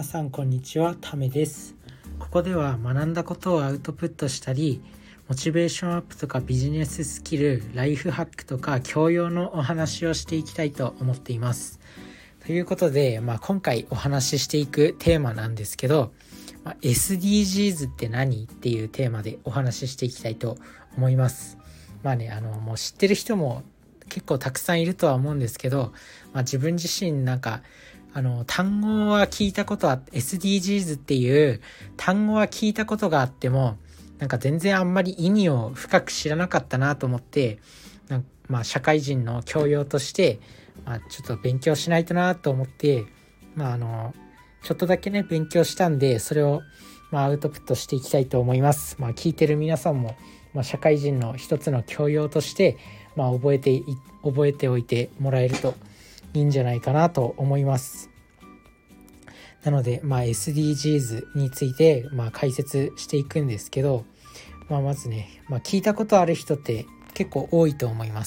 皆さんこんにちは、ためです。ここでは学んだことをアウトプットしたり、モチベーションアップとかビジネススキル、ライフハックとか教養のお話をしていきたいと思っています。ということで、今回お話ししていくテーマなんですけど、SDGs って何っていうテーマでお話ししていきたいと思います。もう知ってる人も結構たくさんいるとは思うんですけど、自分自身単語は聞いたことは SDGs っていう単語は聞いたことがあっても全然あんまり意味を深く知らなかったなと思って、社会人の教養としてちょっと勉強しないとなと思って、ちょっとだけね勉強したんで、それをアウトプットしていきたいと思います。聞いてる皆さんも社会人の一つの教養として覚えておいてもらえるといいんじゃないかなと思います。なので、SDGs について解説していくんですけど、まずね、聞いたことある人って結構多いと思います。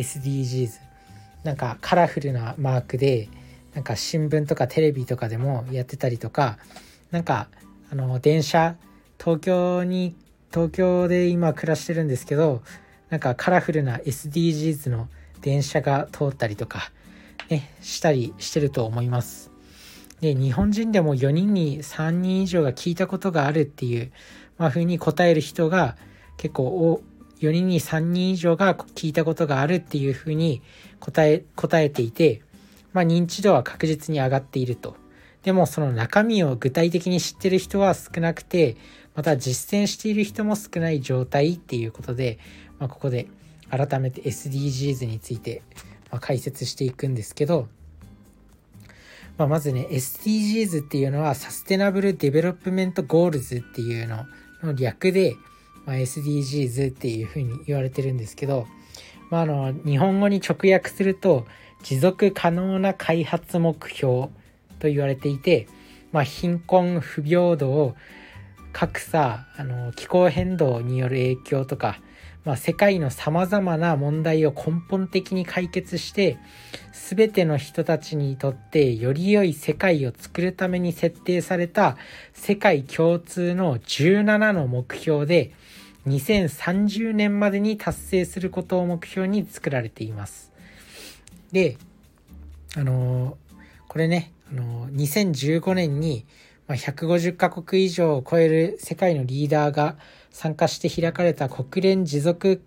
SDGs カラフルなマークで新聞とかテレビとかでもやってたりとか、電車、東京で今暮らしてるんですけど、カラフルな SDGs の電車が通ったりとかしたりしてると思います。で、日本人でも4人に3人以上が聞いたことがあるっていう風に答える人が結構4人に3人以上が聞いたことがあるっていう風に答えていて、認知度は確実に上がっていると。でもその中身を具体的に知ってる人は少なくて、また実践している人も少ない状態っていうことで、ここで改めて SDGs について解説していくんですけど、まずね SDGs っていうのはサステナブルデベロップメントゴールズっていうのの略で、SDGs っていうふうに言われてるんですけど、日本語に直訳すると持続可能な開発目標と言われていて、貧困、不平等、格差、気候変動による影響とか、世界のさまざまな問題を根本的に解決して、全ての人たちにとってより良い世界を作るために設定された世界共通の17の目標で、2030年までに達成することを目標に作られています。で、これね、2015年に150カ国以上を超える世界のリーダーが参加して開かれた国連持続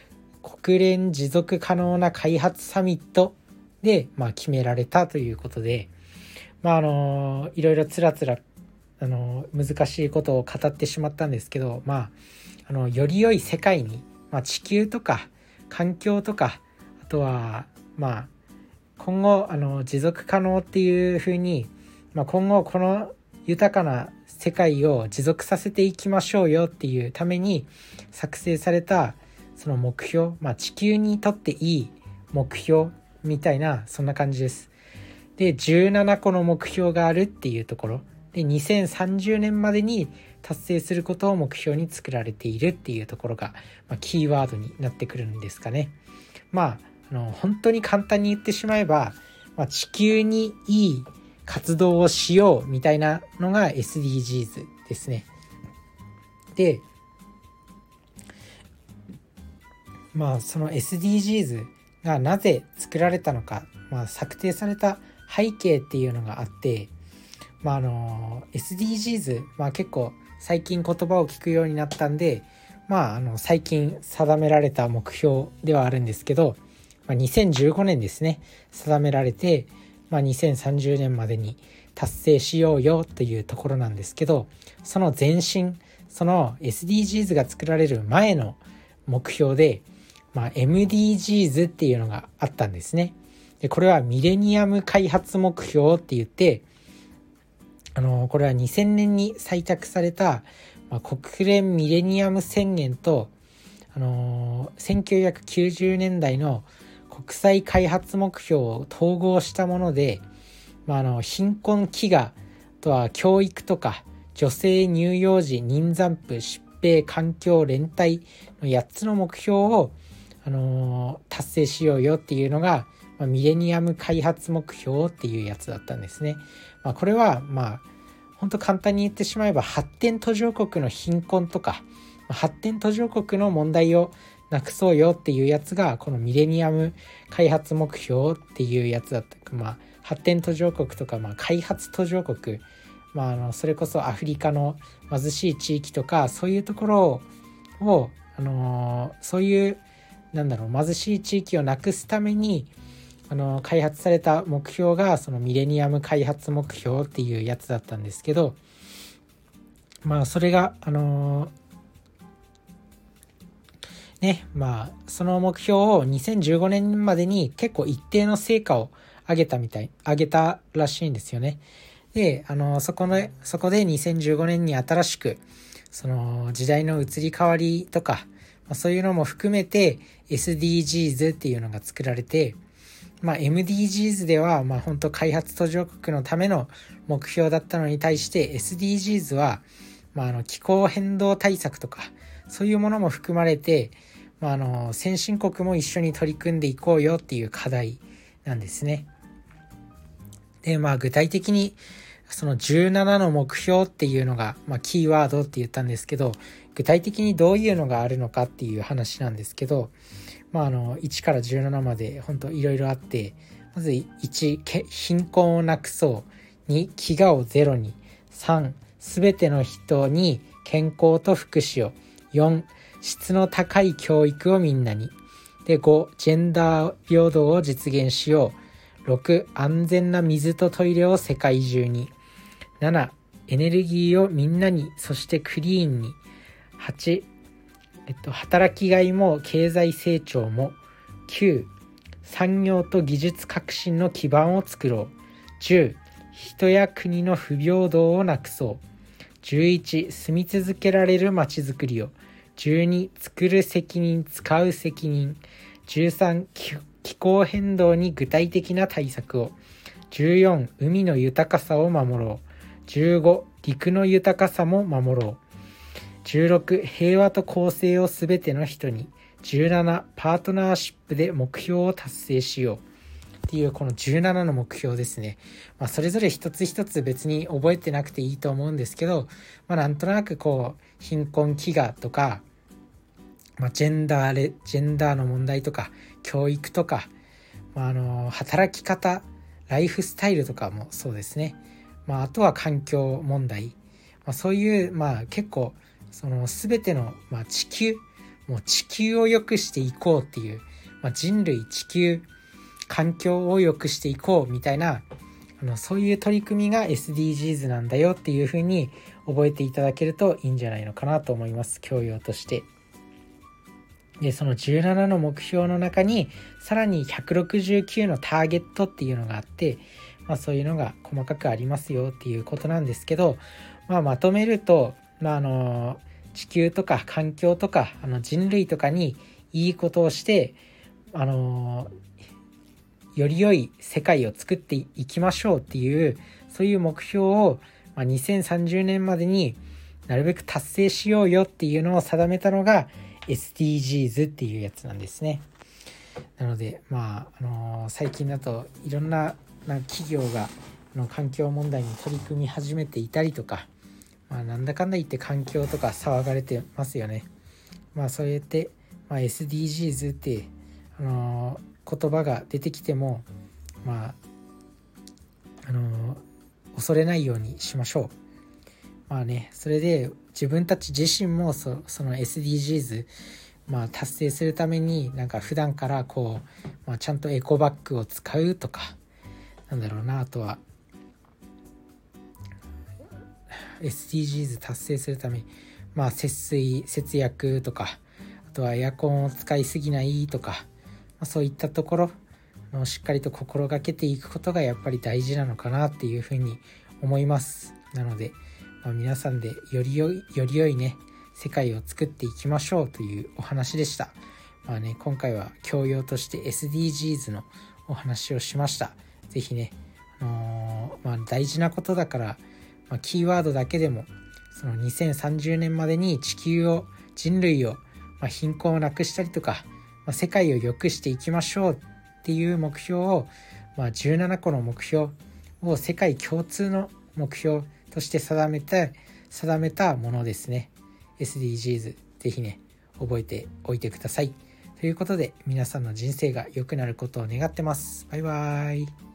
可能な開発サミットで決められたということで、いろいろつらつら難しいことを語ってしまったんですけど、より良い世界に、地球とか環境とか、あとは今後持続可能っていう風に、今後この豊かな世界を持続させていきましょうよっていうために作成されたその目標、地球にとっていい目標みたいな、そんな感じです。で、17個の目標があるっていうところで、2030年までに達成することを目標に作られているっていうところが、キーワードになってくるんですかね。本当に簡単に言ってしまえば、地球にいい活動をしようみたいなのが SDGs ですね。で、その SDGs がなぜ作られたのか、策定された背景っていうのがあって、SDGs、結構最近言葉を聞くようになったんで、最近定められた目標ではあるんですけど、2015年ですね、定められて、2030年までに達成しようよというところなんですけど、その前身、その SDGs が作られる前の目標で、MDGs っていうのがあったんですね。で、これはミレニアム開発目標って言って、これは2000年に採択された、国連ミレニアム宣言と、1990年代の国際開発目標を統合したもので、貧困飢餓、あとは教育とか女性乳幼児妊産婦疾病環境連帯の8つの目標を、達成しようよっていうのが、 ミレニアム開発目標っていうやつだったんですね。これは本当簡単に言ってしまえば発展途上国の貧困とか発展途上国の問題をなくそうよっていうやつがこのミレニアム開発目標っていうやつだった。発展途上国とか開発途上国、それこそアフリカの貧しい地域とかそういうところを、そういう貧しい地域をなくすために開発された目標がそのミレニアム開発目標っていうやつだったんですけど、それがその目標を2015年までに結構一定の成果を上げたらしいんですよね。で、そこで2015年に新しくその時代の移り変わりとか、そういうのも含めて SDGs っていうのが作られて、MDGs では本当開発途上国のための目標だったのに対して SDGs は気候変動対策とかそういうものも含まれて、先進国も一緒に取り組んでいこうよっていう課題なんですね。で、具体的にその17の目標っていうのが、キーワードって言ったんですけど、具体的にどういうのがあるのかっていう話なんですけど、1から17まで本当いろいろあって、まず1、貧困をなくそう。2、飢餓をゼロに。3、すべての人に健康と福祉を。4、質の高い教育をみんなに。で、5、ジェンダー平等を実現しよう。6、安全な水とトイレを世界中に。7、エネルギーをみんなに、そしてクリーンに。8、働きがいも経済成長も。9、産業と技術革新の基盤を作ろう。10、人や国の不平等をなくそう。11、住み続けられるまちづくりを。12、作る責任、使う責任。13、気候変動に具体的な対策を。14、海の豊かさを守ろう。15、陸の豊かさも守ろう。16、平和と公正をすべての人に。17、パートナーシップで目標を達成しよう。っていうこの17の目標ですね。それぞれ一つ一つ別に覚えてなくていいと思うんですけど、なんとなく貧困飢餓とか、ジェンダーの問題とか教育とか、働き方、ライフスタイルとかもそうですね。あとは環境問題、そういう結構その全ての、地球を良くしていこうっていう、人類地球環境を良くしていこうみたいなそういう取り組みが SDGs なんだよっていう風に覚えていただけるといいんじゃないのかなと思います。教養として。で、その17の目標の中にさらに169のターゲットっていうのがあって、そういうのが細かくありますよっていうことなんですけど、まとめると、地球とか環境とか人類とかにいいことをして、より良い世界を作っていきましょうっていうそういう目標を、2030年までになるべく達成しようよっていうのを定めたのが SDGs っていうやつなんですね。なので最近だといろんな企業が環境問題に取り組み始めていたりとか、なんだかんだ言って環境とか騒がれてますよね。そうやって、SDGs って言葉が出てきても恐れないようにしましょう。それで自分たち自身もその SDGs 達成するために普段からちゃんとエコバッグを使うとか、あとは SDGs 達成するために節水節約とか、あとはエアコンを使いすぎないとか、そういったところをしっかりと心がけていくことがやっぱり大事なのかなっていうふうに思います。なので、皆さんでより良いね世界を作っていきましょうというお話でした。今回は教養として SDGs のお話をしました。ぜひね、大事なことだから、キーワードだけでもその2030年までに人類を、貧困をなくしたりとか、世界を良くしていきましょうってっていう目標を、17個の目標を世界共通の目標として定めたものですね。 SDGs ぜひね覚えておいてください。ということで皆さんの人生が良くなることを願ってます。バイバイ。